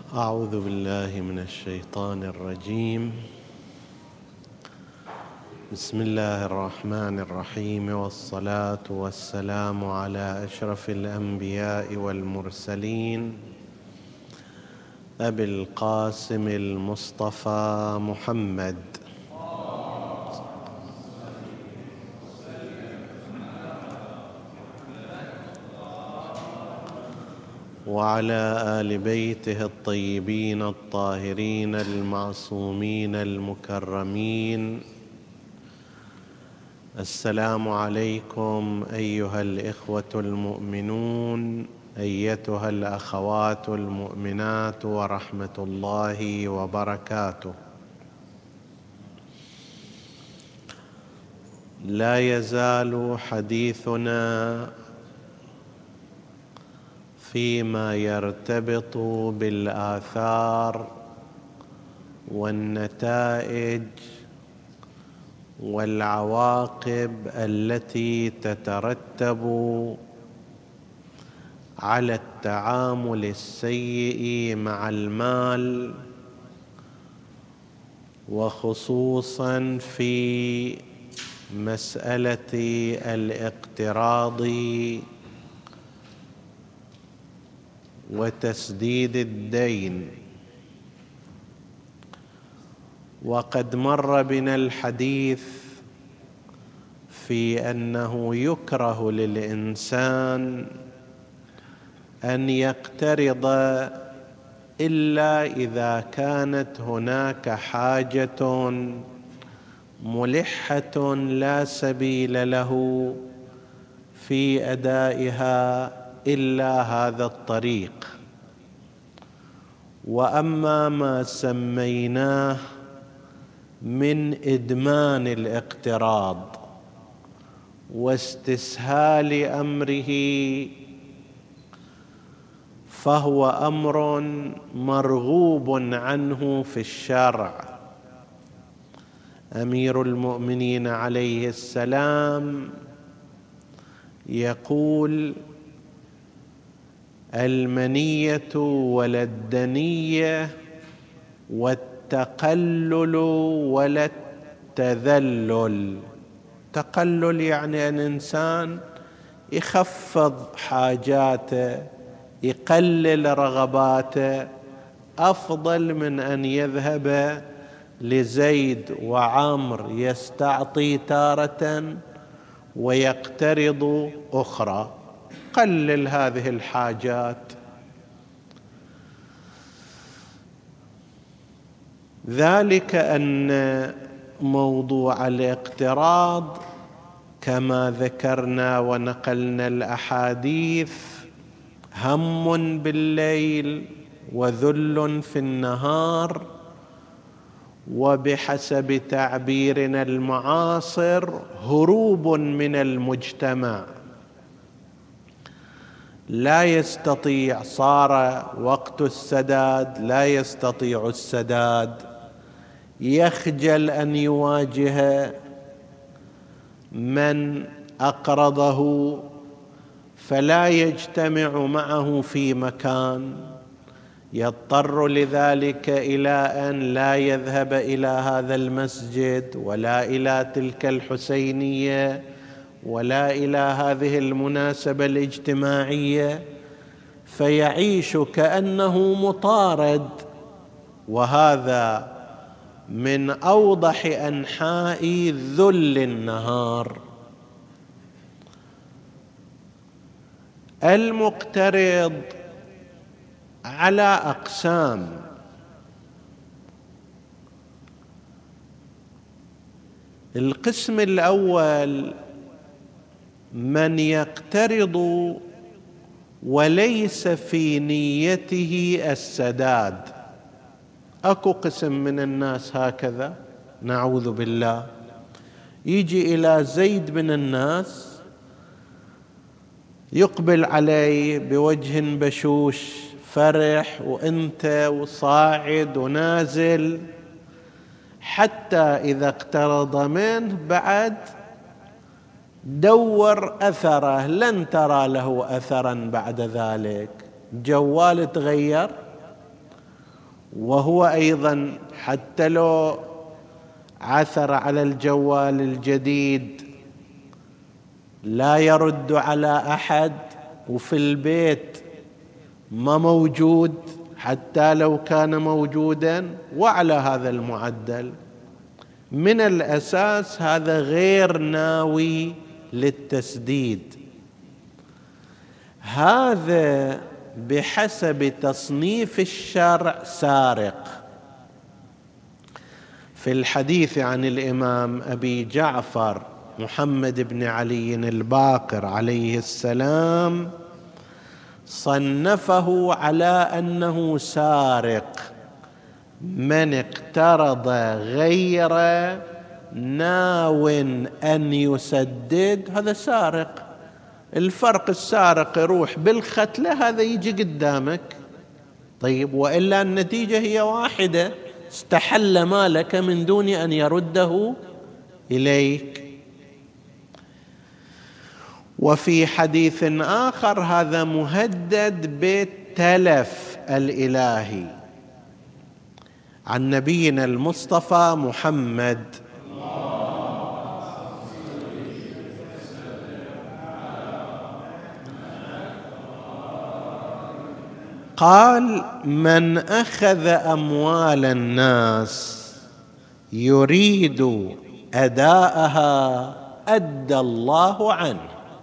أعوذ بالله من الشيطان الرجيم. بسم الله الرحمن الرحيم، والصلاة والسلام على أشرف الأنبياء والمرسلين أبي القاسم المصطفى محمد وعلى آل بيته الطيبين الطاهرين المعصومين المكرمين. السلام عليكم أيها الإخوة المؤمنون، أيتها الأخوات المؤمنات، ورحمة الله وبركاته. لا يزال حديثنا فيما يرتبط بالآثار والنتائج والعواقب التي تترتب على التعامل السيء مع المال، وخصوصا في مسألة الاقتراض وتسديد الدين. وقد مر بنا الحديث في أنه يكره للإنسان أن يقترض إلا إذا كانت هناك حاجة ملحة لا سبيل له في أدائها إلا هذا الطريق. وأما ما سميناه من إدمان الاقتراض واستسهال أمره فهو أمر مرغوب عنه في الشرع. أمير المؤمنين عليه السلام يقول: المنية ولا الدنية والتقلل ولا التذلل. تقلل يعني أن الإنسان يخفض حاجاته، يقلل رغباته، أفضل من أن يذهب لزيد وعمر يستعطي تارة ويقترض أخرى. قلل هذه الحاجات. ذلك أن موضوع الاقتراض كما ذكرنا ونقلنا الأحاديث هم بالليل وذل في النهار، وبحسب تعبيرنا المعاصر هروب من المجتمع. لا يستطيع، صار وقت السداد لا يستطيع السداد، يخجل أن يواجه من أقرضه، فلا يجتمع معه في مكان، يضطر لذلك إلى أن لا يذهب إلى هذا المسجد ولا إلى تلك الحسينية ولا إلى هذه المناسبة الاجتماعية، فيعيش كأنه مطارد. وهذا من أوضح أنحاء ذل النهار. المقترض على أقسام: القسم الأول من يقترض وليس في نيته السداد. أكو قسم من الناس هكذا، نعوذ بالله، يجي إلى زيد من الناس، يقبل عليه بوجه بشوش فرح، وأنت وصاعد ونازل، حتى إذا اقترض منه بعد دور أثره، لن ترى له أثرا بعد ذلك. جوال تغير، وهو أيضا حتى لو عثر على الجوال الجديد لا يرد على أحد، وفي البيت ما موجود حتى لو كان موجودا، وعلى هذا المعدل من الأساس هذا غير ناوي للتسديد. هذا بحسب تصنيف الشرع سارق. في الحديث عن الإمام أبي جعفر محمد بن علي الباقر عليه السلام صنفه على أنه سارق من اقترض غير ناو أن يسدد، هذا سارق. الفرق السارق يروح بالختلة، هذا يجي قدامك. طيب وإلا النتيجة هي واحدة، استحل مالك من دون أن يرده إليك. وفي حديث آخر هذا مهدد بالتلف الإلهي عن نبينا المصطفى محمد قال: من أخذ أموال الناس يريد أداءها أدى الله عنه.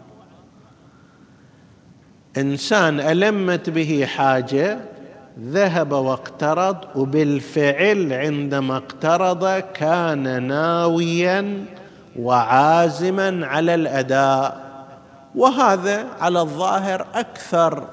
إنسان ألمت به حاجة، ذهب واقترض، وبالفعل عندما اقترض كان ناويا وعازما على الأداء. وهذا على الظاهر أكثر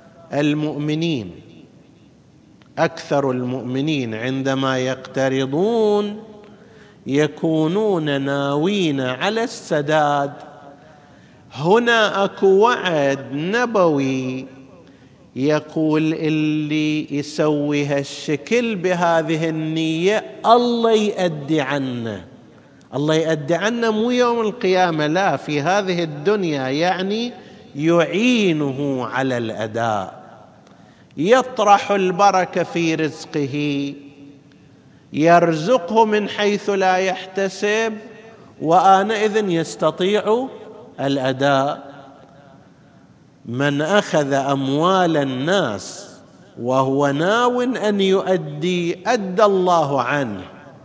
المؤمنين عندما يقترضون يكونون ناوين على السداد. هنا أكو وعد نبوي يقول اللي يسوي هالشكل بهذه النية الله يؤدي عنه. الله يؤدي عنه مو يوم القيامة، لا، في هذه الدنيا، يعني يعينه على الأداء، يطرح البركة في رزقه، يرزقه من حيث لا يحتسب، وآنئذ يستطيع الأداء. من أخذ أموال الناس وهو ناو أن يؤدي أدى الله عنه.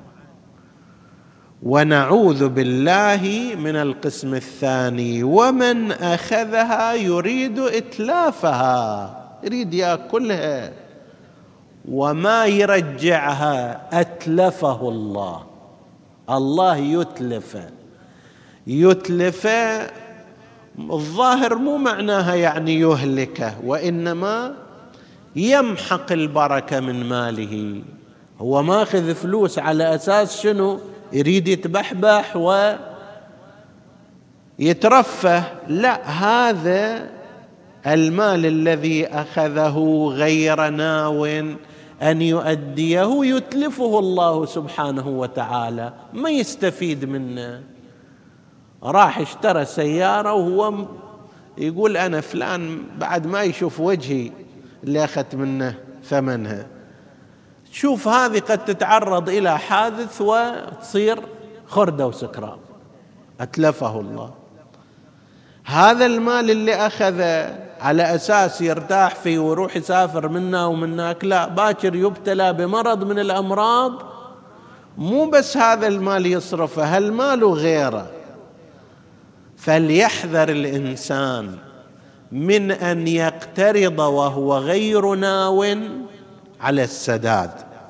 ونعوذ بالله من القسم الثاني: ومن أخذها يريد إتلافها، يريد يأكلها وما يرجعها، أتلفه الله. الله يتلفه الظاهر مو معناها يعني يهلكه، وإنما يمحق البركة من ماله. هو ماخذ فلوس على أساس شنو؟ يريد يتبحبح ويترفه. لا، هذا المال الذي أخذه غير ناو أن يؤديه يتلفه الله سبحانه وتعالى، ما يستفيد منه. راح اشترى سيارة وهو يقول أنا فلان، بعد ما يشوف وجهي اللي أخذت منه ثمنها. شوف هذه قد تتعرض إلى حادث وتصير خردة وسكران، أتلفه الله. هذا المال اللي أخذه على أساس يرتاح فيه ويروح يسافر منا ومناك، لا، باكر يبتلى بمرض من الأمراض، مو بس هذا المال يصرفه، هالمال وغيره. فليحذر الإنسان من أن يقترض وهو غير ناو على السداد.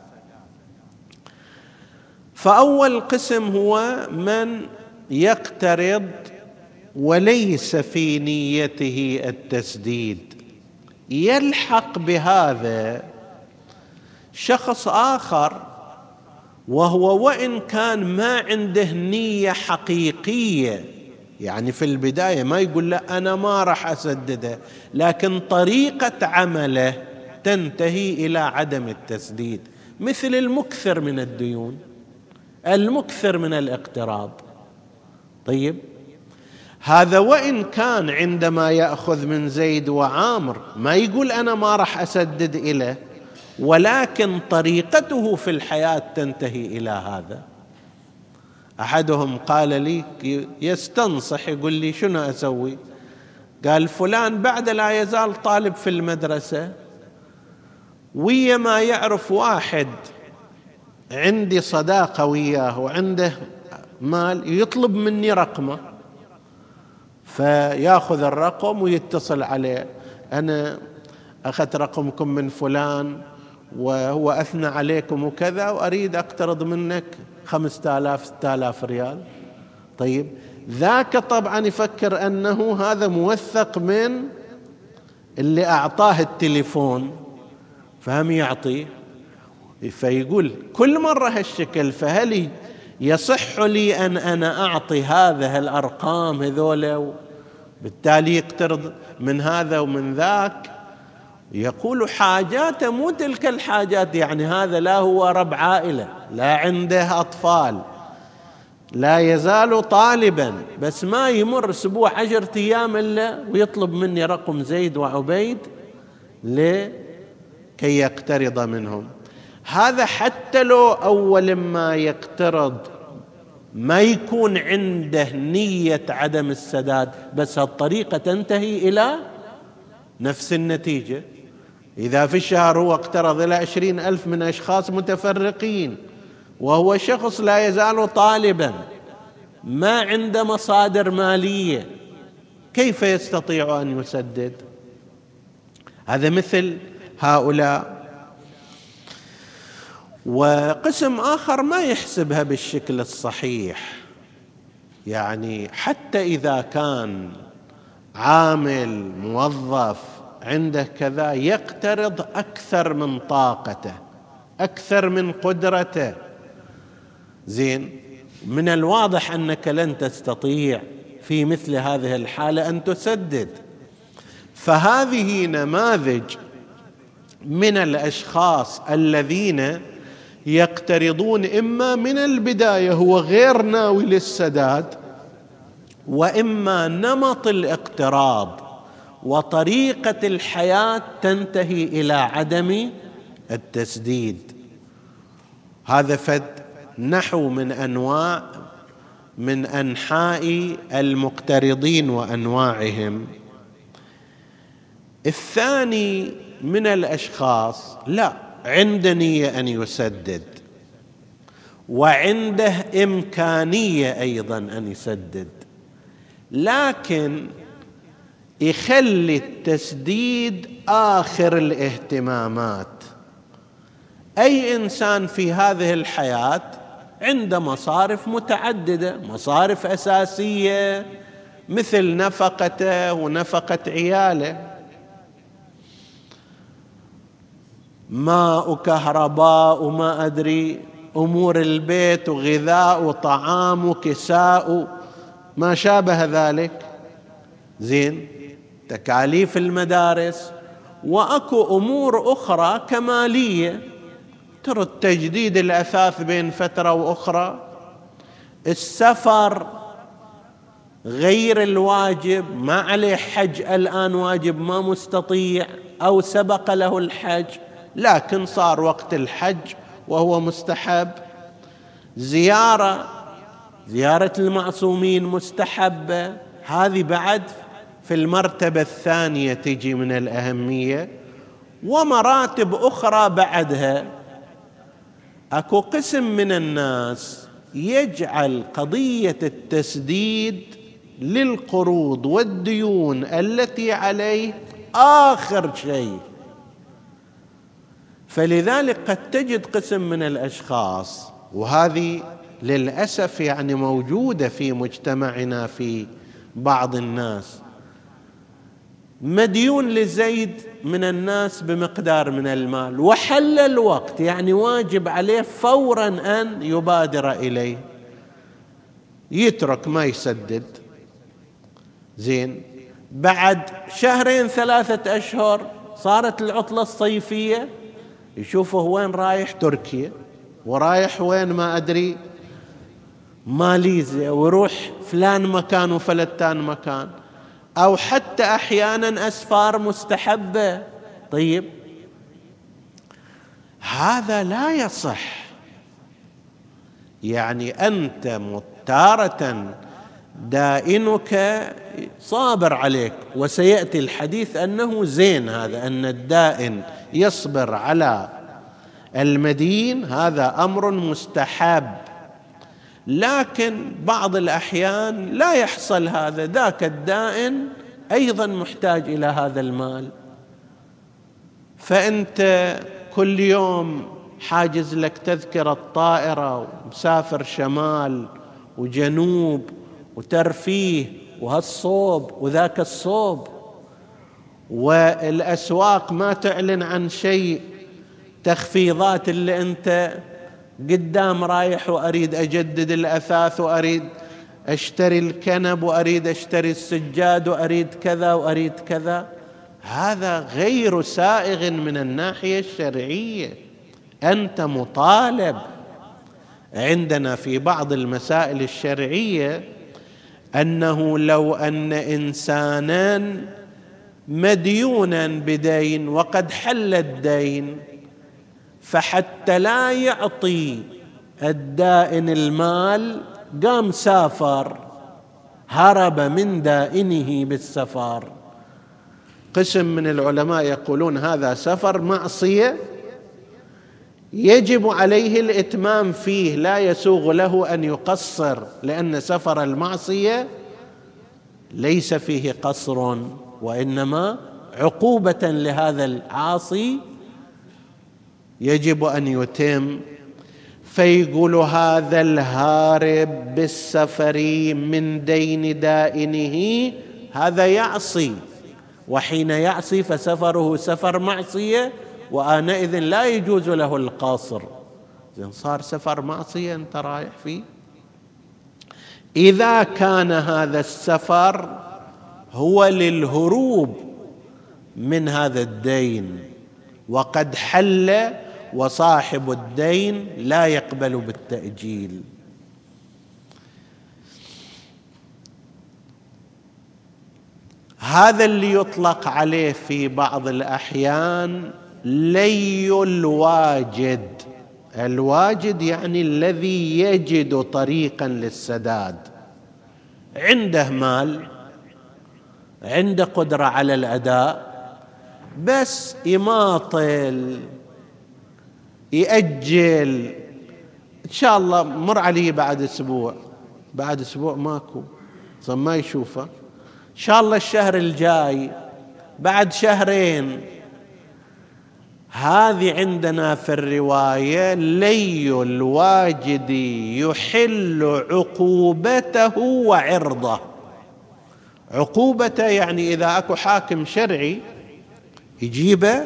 فأول قسم هو من يقترض وليس في نيته التسديد. يلحق بهذا شخص آخر، وهو وإن كان ما عنده نية حقيقية، يعني في البداية ما يقول لا أنا ما راح أسدده، لكن طريقة عمله تنتهي إلى عدم التسديد، مثل المكثر من الديون، المكثر من الاقتراض. طيب، هذا وإن كان عندما يأخذ من زيد وعامر ما يقول أنا ما راح أسدد إليه، ولكن طريقته في الحياة تنتهي إلى هذا. أحدهم قال لي يستنصح، يقول لي شنو أسوي؟ قال فلان بعد لا يزال طالب في المدرسة، ويا ما يعرف واحد عندي صداقة وياه وعنده مال يطلب مني رقمه، فياخذ الرقم ويتصل عليه، أنا أخذت رقمكم من فلان وهو أثنى عليكم وكذا، وأريد أقترض منك 5000 6000 ريال. طيب ذاك طبعا يفكر أنه هذا موثق من اللي أعطاه التليفون، فهم يعطيه، فيقول كل مرة هالشكل، فهل يصح لي أن أنا أعطي هذا الأرقام هذولا بالتالي يقترض من هذا ومن ذاك؟ يقول حاجاته مو تلك الحاجات، يعني هذا لا هو رب عائلة، لا عنده أطفال، لا يزال طالبا، بس ما يمر أسبوع 10 أيام إلا ويطلب مني رقم زيد وعبيد لكي يقترض منهم. هذا حتى لو أول ما يقترض ما يكون عنده نية عدم السداد، بس هالطريقة تنتهي إلى نفس النتيجة. إذا في الشهر هو اقترض إلى 20,000 من أشخاص متفرقين، وهو شخص لا يزال طالبا ما عنده مصادر مالية، كيف يستطيع أن يسدد؟ هذا مثل هؤلاء. وقسم آخر ما يحسبها بالشكل الصحيح، يعني حتى إذا كان عامل موظف عنده كذا يقترض أكثر من طاقته، أكثر من قدرته. زين، من الواضح أنك لن تستطيع في مثل هذه الحالة أن تسدد. فهذه نماذج من الأشخاص الذين يقترضون إما من البداية هو غير ناوي للسداد، وإما نمط الاقتراض وطريقة الحياة تنتهي إلى عدم التسديد. هذا فد نحو من أنحاء المقترضين وأنواعهم. الثاني من الأشخاص لا عنده نية أن يسدد، وعنده إمكانية أيضا أن يسدد، لكن يخلي التسديد آخر الاهتمامات. أي إنسان في هذه الحياة عنده مصارف متعددة، مصارف أساسية مثل نفقته ونفقة عياله، ماء وكهرباء وما أدري أمور البيت وغذاء وطعام وكساء ما شابه ذلك. زين، تكاليف المدارس، وأكو أمور أخرى كمالية، ترى تجديد الأثاث بين فترة وأخرى، السفر غير الواجب، ما عليه حج الآن واجب ما مستطيع، أو سبق له الحج لكن صار وقت الحج وهو مستحب، زيارة المعصومين مستحبة، هذه بعد في المرتبة الثانية تجي من الأهمية. ومراتب أخرى بعدها. أكو قسم من الناس يجعل قضية التسديد للقروض والديون التي عليه آخر شيء. فلذلك قد تجد قسم من الأشخاص، وهذه للأسف يعني موجودة في مجتمعنا في بعض الناس، مديون لزيد من الناس بمقدار من المال، وحل الوقت يعني واجب عليه فورا أن يبادر إليه، يترك ما يسدد. زين، بعد 2 3 أشهر صارت العطلة الصيفية، يشوفه وين رايح تركيا، ورايح وين ما أدري ماليزيا، ويروح فلان مكان وفلتان مكان، أو حتى أحيانا أسفار مستحبة. طيب هذا لا يصح. يعني أنت تارة دائنك صابر عليك، وسيأتي الحديث أنه زين هذا، أن الدائن يصبر على المدين، هذا أمر مستحب. لكن بعض الأحيان لا يحصل هذا، ذاك الدائن أيضا محتاج إلى هذا المال، فأنت كل يوم حاجز لك تذكرة طائرة ومسافر شمال وجنوب وترفيه وهالصوب وذاك الصوب، والأسواق ما تعلن عن شيء، تخفيضات اللي أنت قدام رايح وأريد أجدد الأثاث وأريد أشتري الكنب وأريد أشتري السجاد وأريد كذا وأريد كذا، هذا غير سائغ من الناحية الشرعية. أنت مطالب. عندنا في بعض المسائل الشرعية أنه لو أن إنسانا مديونا بدين وقد حل الدين، فحتى لا يعطي الدائن المال قام سافر، هرب من دائنه بالسفر. قسم من العلماء يقولون هذا سفر معصية يجب عليه الإتمام فيه، لا يسوغ له أن يقصر، لأن سفر المعصية ليس فيه قصر، وإنما عقوبة لهذا العاصي يجب أن يتم. فيقول هذا الهارب بالسفر من دين دائنه هذا يعصي، وحين يعصي فسفره سفر معصية، وآنئذ لا يجوز له القاصر. إذن صار سفر معصية أنت رايح فيه. إذا كان هذا السفر هو للهروب من هذا الدين وقد حل، وصاحب الدين لا يقبل بالتأجيل. هذا اللي يطلق عليه في بعض الأحيان لي الواجد. الواجد يعني الذي يجد طريقا للسداد، عنده مال، عنده قدرة على الأداء، بس يماطل يأجل، إن شاء الله مر عليه بعد أسبوع، بعد أسبوع ماكو، ما يشوفه، إن شاء الله الشهر الجاي، بعد شهرين. هذه عندنا في الرواية لي الواجد يحل عقوبته وعرضه. عقوبته يعني إذا أكو حاكم شرعي يجيبه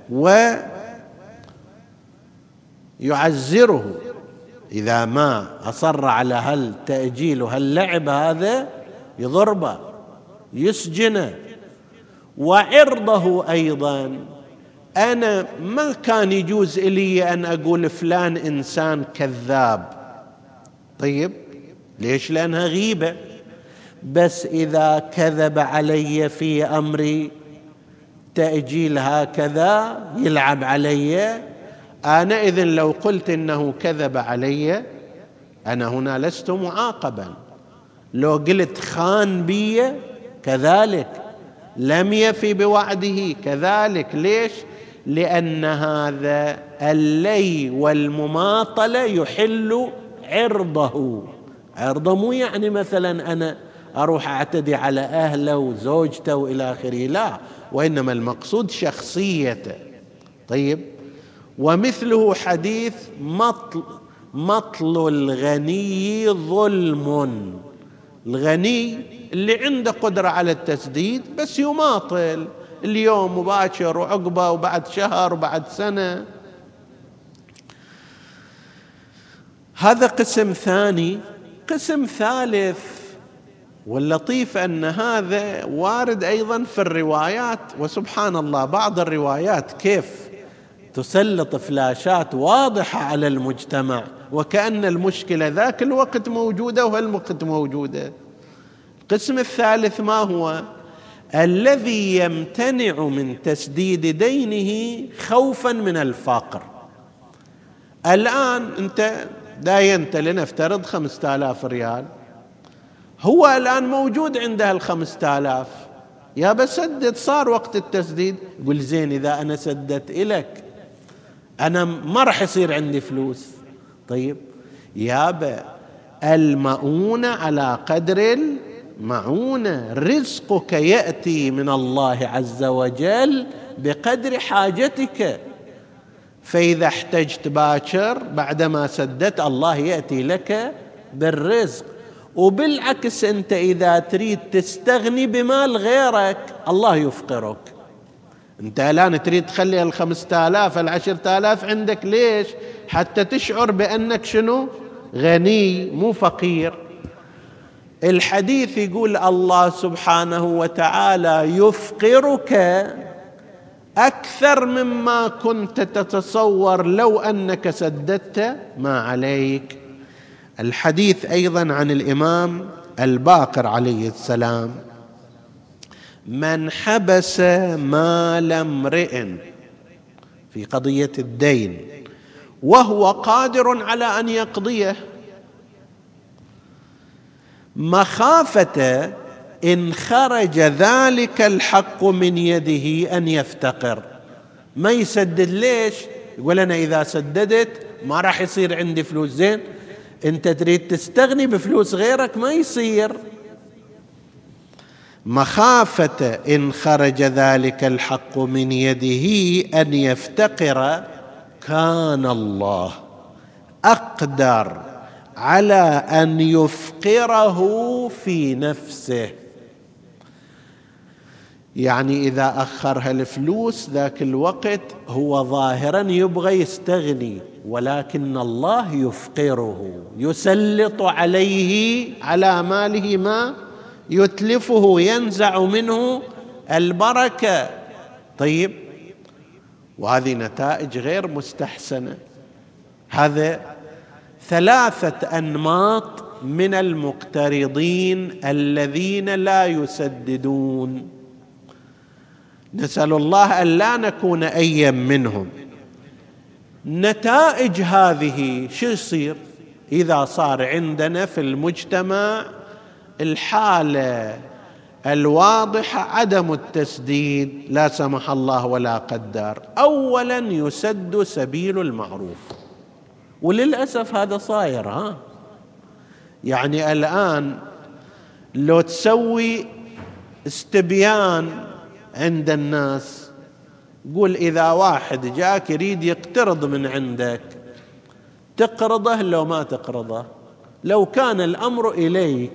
ويعزره، إذا ما أصر على هالتأجيل وهاللعب هذا يضربه يسجنه. وعرضه أيضا، أنا ما كان يجوز إلي أن أقول فلان إنسان كذاب، طيب ليش؟ لأنها غيبة، بس إذا كذب علي في أمري تأجيل هكذا يلعب علي، أنا إذن لو قلت إنه كذب علي أنا هنا لست معاقبا. لو قلت خان بي كذلك، لم يفي بوعده كذلك. ليش؟ لأن هذا اللي والمماطلة يحل عرضه. عرضه مو يعني مثلا أنا أروح أعتدي على أهله وزوجته وإلى آخره، لا، وإنما المقصود شخصيته. طيب، ومثله حديث مطل الغني ظلم. الغني اللي عنده قدرة على التسديد بس يماطل اليوم وباكر وعقبه وبعد شهر وبعد سنة، هذا قسم ثاني. قسم ثالث، واللطيف أن هذا وارد أيضا في الروايات، وسبحان الله بعض الروايات كيف تسلط فلاشات واضحة على المجتمع، وكأن المشكلة ذاك الوقت موجودة وهالوقت موجودة. القسم الثالث ما هو؟ الذي يمتنع من تسديد دينه خوفا من الفقر. الآن أنت داينت لنفترض 5000 ريال، هو الآن موجود عنده 5000، يا بسدد، صار وقت التسديد. يقول زين إذا أنا سددت إلك أنا ما راح يصير عندي فلوس. طيب يابا، المؤونة على قدر المعونة، رزقك يأتي من الله عز وجل بقدر حاجتك، فإذا احتجت باكر بعدما سددت الله يأتي لك بالرزق. وبالعكس أنت إذا تريد تستغني بمال غيرك الله يفقرك. أنت الآن تريد تخلي 5000 10,000 عندك، ليش؟ حتى تشعر بأنك شنو؟ غني مو فقير. الحديث يقول الله سبحانه وتعالى يفقرك أكثر مما كنت تتصور لو أنك سددت ما عليك. الحديث أيضا عن الإمام الباقر عليه السلام: من حبس مال امرئ في قضية الدين وهو قادر على أن يقضيه مخافة إن خرج ذلك الحق من يده أن يفتقر، ما يسدد. ليش؟ يقول أنا إذا سددت ما راح يصير عندي فلوس. زين، أنت تريد تستغني بفلوس غيرك، ما يصير. مخافة إن خرج ذلك الحق من يده أن يفتقر كان الله أقدر على أن يفقره في نفسه. يعني إذا أخرها الفلوس ذاك الوقت هو ظاهرا يبغى يستغني، ولكن الله يفقره، يسلط عليه على ماله ما يتلفه، ينزع منه البركة. طيب، وهذه نتائج غير مستحسنة. هذا 3 أنماط من المقترضين الذين لا يسددون، نسأل الله أن لا نكون أي منهم. نتائج هذه شو يصير إذا صار عندنا في المجتمع الحالة الواضحة عدم التسديد لا سمح الله ولا قدر؟ أولا يسد سبيل المعروف، وللأسف هذا صاير. يعني الآن لو تسوي استبيان عند الناس، قول إذا واحد جاك يريد يقترض من عندك، تقرضه لو ما تقرضه؟ لو كان الأمر إليك.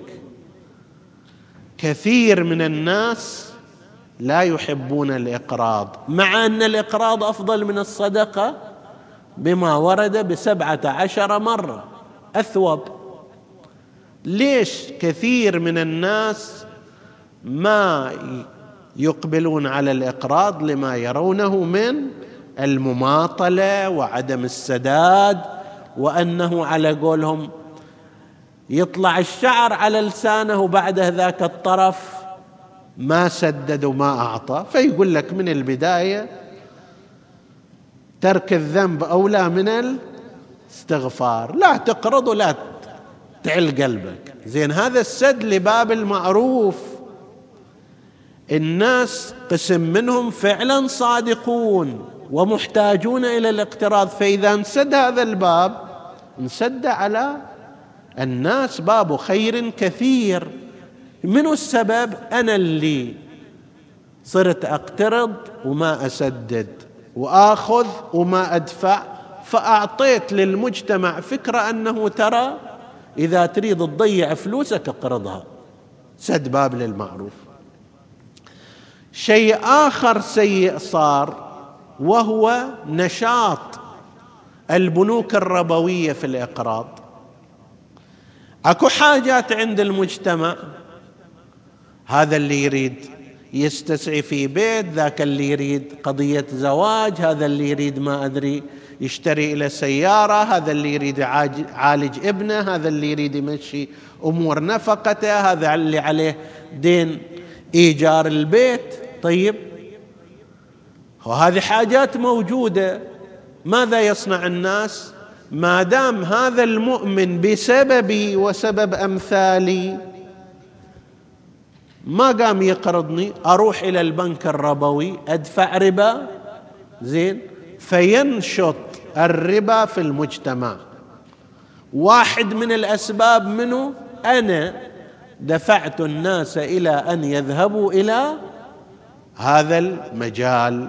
كثير من الناس لا يحبون الإقراض، مع أن الإقراض أفضل من الصدقة بما ورد ب17 مرة أثوب. ليش كثير من الناس ما يقبلون على الإقراض؟ لما يرونه من المماطلة وعدم السداد، وأنه على قولهم يطلع الشعر على لسانه وبعده ذاك الطرف ما سدد وما أعطى. فيقول لك من البداية ترك الذنب أولى من الاستغفار، لا تقرض ولا تعل قلبك. زين، هذا السد لباب المعروف. الناس قسم منهم فعلا صادقون ومحتاجون إلى الاقتراض، فإذا انسد هذا الباب انسد على الناس باب خير كثير. منو السبب؟ أنا اللي صرت أقترض وما أسدد وآخذ وما أدفع، فأعطيت للمجتمع فكرة أنه ترى إذا تريد تضيع فلوسك اقرضها. سد باب للمعروف. شيء آخر سيء صار، وهو نشاط البنوك الربوية في الإقراض. أكو حاجات عند المجتمع، هذا اللي يريد يستسعي في بيت، ذاك اللي يريد قضية زواج، هذا اللي يريد ما أدري يشتري إلى سيارة، هذا اللي يريد يعالج ابنه، هذا اللي يريد يمشي أمور نفقته، هذا اللي عليه دين إيجار البيت. طيب، وهذه حاجات موجودة. ماذا يصنع الناس؟ ما دام هذا المؤمن بسببي وسبب أمثالي ما قام يقرضني، أروح إلى البنك الربوي أدفع ربا، زين، فينشط الربا في المجتمع. واحد من الأسباب منه أنا دفعت الناس إلى أن يذهبوا إلى هذا المجال.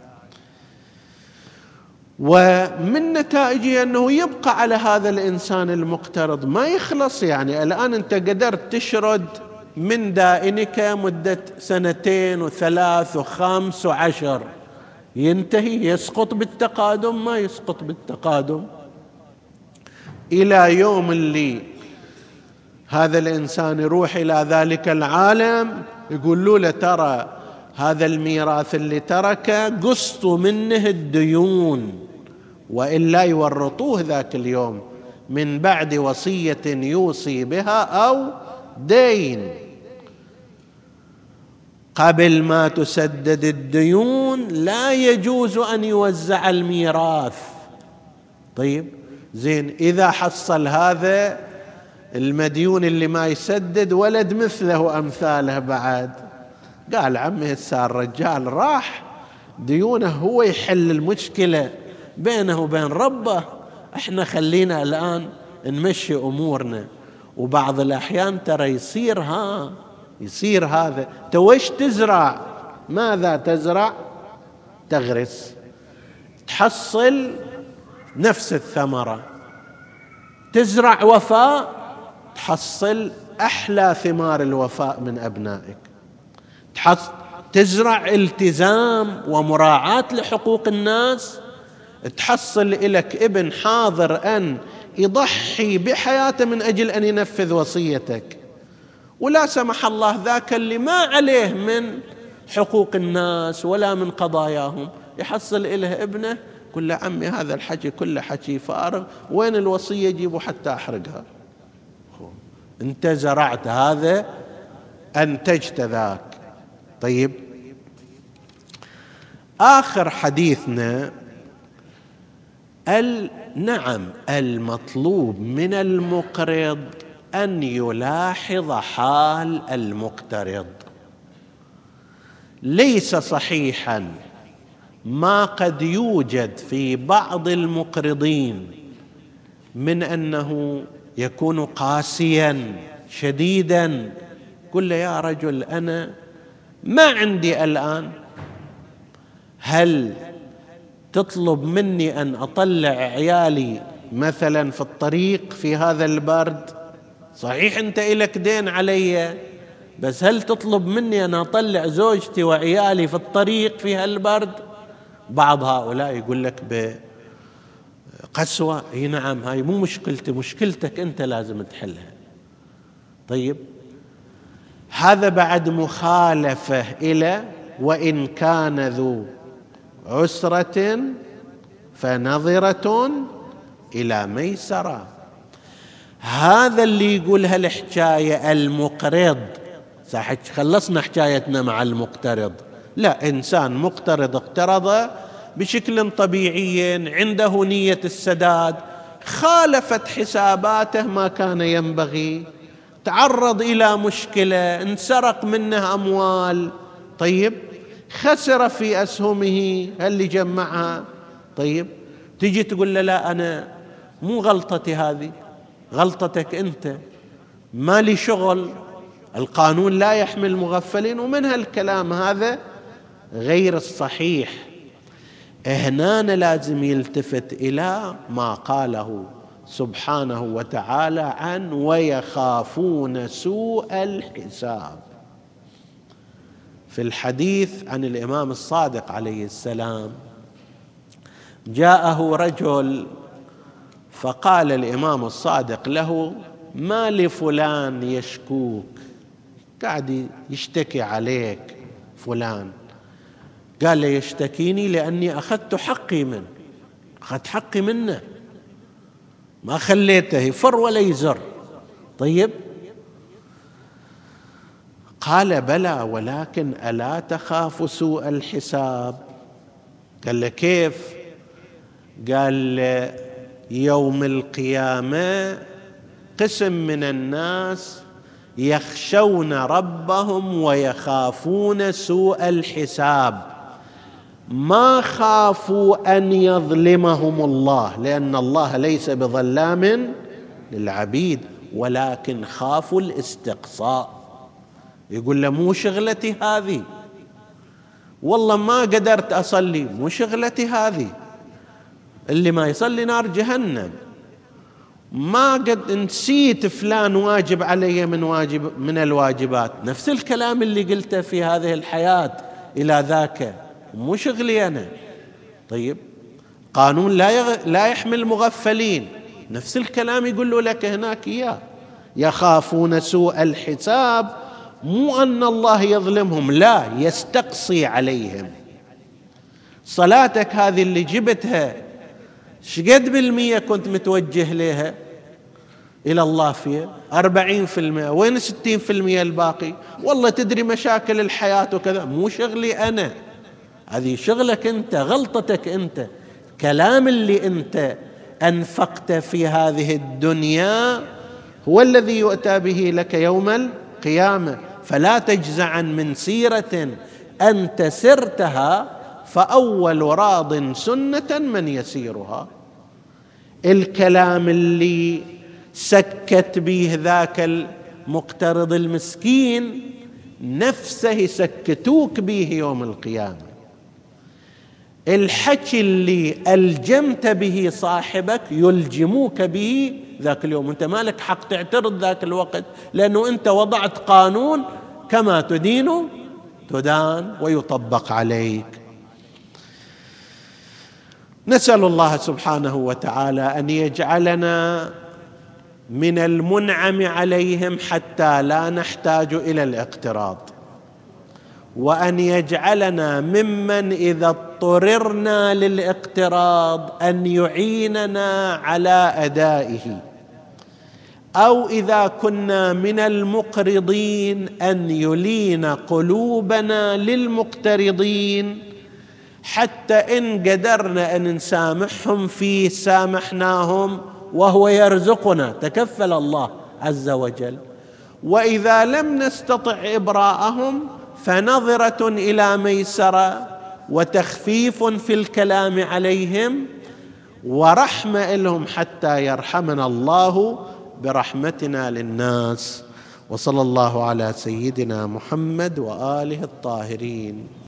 ومن نتائجه أنه يبقى على هذا الإنسان المقترض ما يخلص. يعني الآن أنت قدرت تشرد من دائنك مدة 2 و3 و5 و10، ينتهي، يسقط بالتقادم، ما يسقط بالتقادم، إلى يوم اللي هذا الإنسان يروح إلى ذلك العالم يقول له ترى هذا الميراث اللي تركه قسطوا منه الديون، وإلا يورطوه ذاك اليوم من بعد وصية يوصي بها أو دين. قبل ما تسدد الديون لا يجوز أن يوزع الميراث. طيب زين، إذا حصل هذا المديون اللي ما يسدد ولد مثله أمثاله بعد، قال عمي هسه الرجال راح ديونه هو يحل المشكلة بينه وبين ربه، احنا خلينا الآن نمشي أمورنا. وبعض الأحيان ترى يصير هذا. توش تزرع، ماذا تزرع؟ تغرس، تحصل نفس الثمرة. تزرع وفاء، تحصل أحلى ثمار الوفاء من أبنائك. تزرع التزام ومراعاة لحقوق الناس، تحصل لك ابن حاضر أن يضحي بحياته من أجل أن ينفذ وصيتك. ولا سمح الله ذاك اللي ما عليه من حقوق الناس ولا من قضاياهم، يحصل إله ابنه يقول له عمي هذا الحكي كله حكي فارغ، وين الوصية جيبوا حتى أحرقها. أنت زرعت هذا، أنتجت ذاك. طيب، آخر حديثنا نعم، المطلوب من المقرض أن يلاحظ حال المقترض. ليس صحيحا ما قد يوجد في بعض المقرضين من أنه يكون قاسيا شديدا، قل له يا رجل أنا ما عندي الآن، هل تطلب مني أن أطلع عيالي مثلا في الطريق في هذا البرد؟ صحيح أنت إلك دين علي، بس هل تطلب مني أن أطلع زوجتي وعيالي في الطريق في هالبرد؟ بعض هؤلاء يقول لك بقسوة اي نعم هاي مو مشكلتي، مشكلتك أنت لازم تحلها. طيب، هذا بعد مخالفة إلى وإن كان ذو عسرة فنظرة إلى ميسرة. هذا اللي يقول هالحكاية المقرض، صح خلصنا حكايتنا مع المقترض، لا، إنسان مقترض اقترض بشكل طبيعي عنده نية السداد، خالفت حساباته ما كان ينبغي، تعرض إلى مشكلة، انسرق منه أموال، طيب خسر في أسهمه اللي جمعها. طيب تجي تقول له لا أنا مو غلطتي هذه، غلطتك أنت، ما لي شغل، القانون لا يحمي المغفلين، ومن هالكلام هذا غير الصحيح. هنا لازم يلتفت إلى ما قاله سبحانه وتعالى عن ويخافون سوء الحساب. في الحديث عن الإمام الصادق عليه السلام جاءه رجل فقال الإمام الصادق له ما لفلان يشكوك، قاعد يشتكي عليك فلان. قال له يشتكيني لأني أخذت حقي منه، أخذت حقي منه ما خليته يفر ولا يزر. طيب قال بلى ولكن ألا تخاف سوء الحساب؟ قال له كيف؟ قال له يوم القيامة قسم من الناس يخشون ربهم ويخافون سوء الحساب، ما خافوا أن يظلمهم الله، لأن الله ليس بظلام للعبيد، ولكن خافوا الاستقصاء. يقول له مو شغلتي هذه، والله ما قدرت أصلي، مو شغلتي هذه، اللي ما يصلي نار جهنم، ما قد نسيت فلان واجب علي من الواجبات، نفس الكلام اللي قلته في هذه الحياة إلى ذاك، مو شغلي أنا. طيب قانون لا يحمل مغفلين، نفس الكلام يقول له لك هناك إياه. يخافون سوء الحساب، مو أن الله يظلمهم، لا، يستقصي عليهم. صلاتك هذه اللي جبتها شقد بالمية كنت متوجه لها إلى الله فيها؟ 40%. وين 60% الباقي؟ والله تدري مشاكل الحياة وكذا، مو شغلي أنا، هذه شغلك أنت، غلطتك أنت. كلام اللي أنت أنفقت في هذه الدنيا هو الذي يؤتى به لك يوم القيامة. فلا تجزعا من سيرة أنت سرتها، فأول راض سنة من يسيرها. الكلام اللي سكت به ذاك المقترض المسكين نفسه يسكتوك به يوم القيامة. الحكي اللي ألجمت به صاحبك يلجموك به ذاك اليوم، أنت ما لك حق تعترض ذاك الوقت، لأنه أنت وضعت قانون كما تدين تدان ويطبق عليك. نسأل الله سبحانه وتعالى أن يجعلنا من المنعم عليهم حتى لا نحتاج إلى الاقتراض، وأن يجعلنا ممن إذا اضطررنا للاقتراض أن يعيننا على أدائه، أو إذا كنا من المقرضين أن يلين قلوبنا للمقترضين، حتى إن قدرنا أن نسامحهم فيه سامحناهم وهو يرزقنا، تكفل الله عز وجل. وإذا لم نستطع إبراءهم فنظرة إلى ميسرة وتخفيف في الكلام عليهم ورحمة لهم حتى يرحمنا الله برحمتنا للناس. وصلى الله على سيدنا محمد وآله الطاهرين.